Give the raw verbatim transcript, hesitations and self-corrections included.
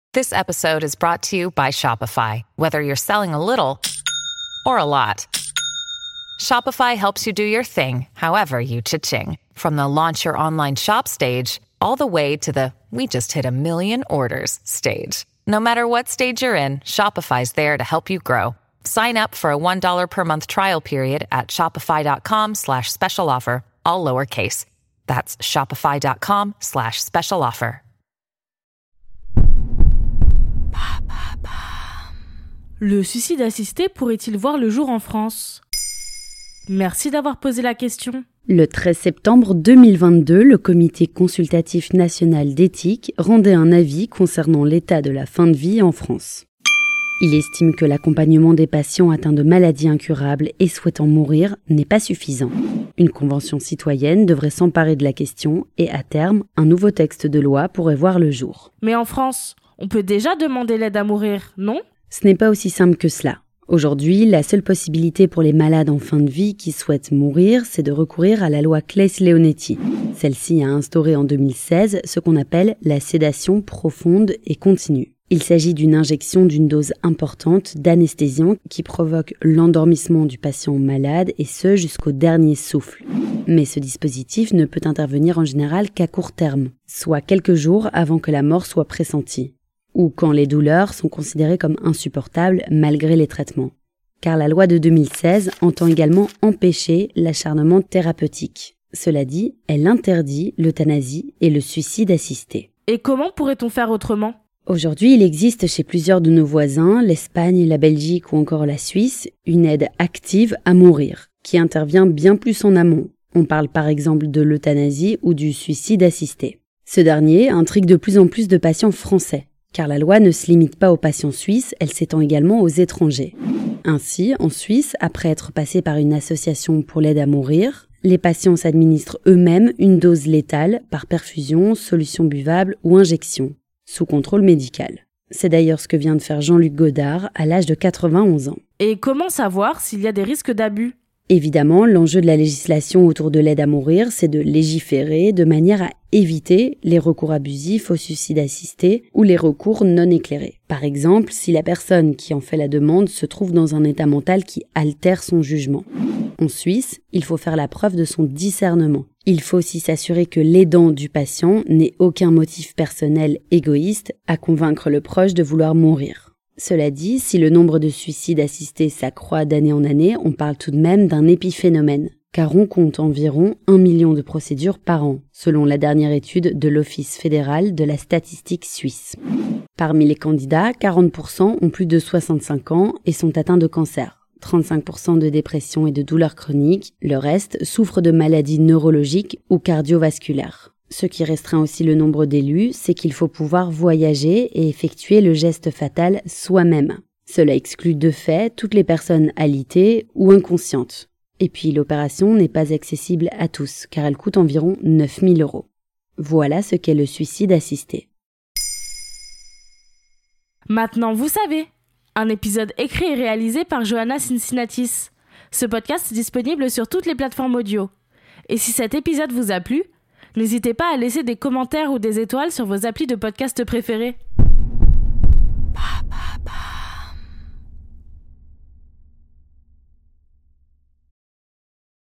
This episode is brought to you by Shopify. Whether you're selling a little or a lot, Shopify helps you do your thing, however you cha-ching. From the launch your online shop stage, all the way to the we just hit a million orders stage. No matter what stage you're in, Shopify's there to help you grow. Sign up for a one dollar per month trial period at shopify.com slash special offer, all lowercase. That's shopify.com slash special offer. Le suicide assisté pourrait-il voir le jour en France ? Merci d'avoir posé la question. Le treize septembre deux mille vingt-deux, le Comité consultatif national d'éthique rendait un avis concernant l'état de la fin de vie en France. Il estime que l'accompagnement des patients atteints de maladies incurables et souhaitant mourir n'est pas suffisant. Une convention citoyenne devrait s'emparer de la question et, à terme, un nouveau texte de loi pourrait voir le jour. Mais en France, on peut déjà demander l'aide à mourir, non ? Ce n'est pas aussi simple que cela. Aujourd'hui, la seule possibilité pour les malades en fin de vie qui souhaitent mourir, c'est de recourir à la loi Claeys-Leonetti. Celle-ci a instauré en deux mille seize ce qu'on appelle la sédation profonde et continue. Il s'agit d'une injection d'une dose importante d'anesthésiant qui provoque l'endormissement du patient malade et ce jusqu'au dernier souffle. Mais ce dispositif ne peut intervenir en général qu'à court terme, soit quelques jours avant que la mort soit pressentie, ou quand les douleurs sont considérées comme insupportables malgré les traitements. Car la loi de deux mille seize entend également empêcher l'acharnement thérapeutique. Cela dit, elle interdit l'euthanasie et le suicide assisté. Et comment pourrait-on faire autrement ? Aujourd'hui, il existe chez plusieurs de nos voisins, l'Espagne, la Belgique ou encore la Suisse, une aide active à mourir, qui intervient bien plus en amont. On parle par exemple de l'euthanasie ou du suicide assisté. Ce dernier intrigue de plus en plus de patients français, car la loi ne se limite pas aux patients suisses, elle s'étend également aux étrangers. Ainsi, en Suisse, après être passés par une association pour l'aide à mourir, les patients s'administrent eux-mêmes une dose létale par perfusion, solution buvable ou injection, sous contrôle médical. C'est d'ailleurs ce que vient de faire Jean-Luc Godard à l'âge de quatre-vingt-onze ans. Et comment savoir s'il y a des risques d'abus ? Évidemment, l'enjeu de la législation autour de l'aide à mourir, c'est de légiférer de manière à éviter les recours abusifs au suicide assisté ou les recours non éclairés. Par exemple, si la personne qui en fait la demande se trouve dans un état mental qui altère son jugement. En Suisse, il faut faire la preuve de son discernement. Il faut aussi s'assurer que l'aidant du patient n'ait aucun motif personnel égoïste à convaincre le proche de vouloir mourir. Cela dit, si le nombre de suicides assistés s'accroît d'année en année, on parle tout de même d'un épiphénomène, car on compte environ un million de procédures par an, selon la dernière étude de l'Office fédéral de la statistique suisse. Parmi les candidats, quarante pour cent ont plus de soixante-cinq ans et sont atteints de cancer, trente-cinq pour cent de dépression et de douleurs chroniques, le reste souffre de maladies neurologiques ou cardiovasculaires. Ce qui restreint aussi le nombre d'élus, c'est qu'il faut pouvoir voyager et effectuer le geste fatal soi-même. Cela exclut de fait toutes les personnes alitées ou inconscientes. Et puis l'opération n'est pas accessible à tous, car elle coûte environ neuf mille euros. Voilà ce qu'est le suicide assisté. Maintenant vous savez, un épisode écrit et réalisé par Johanna Cincinnatis. Ce podcast est disponible sur toutes les plateformes audio. Et si cet épisode vous a plu, n'hésitez pas à laisser des commentaires ou des étoiles sur vos applis de podcast préférés.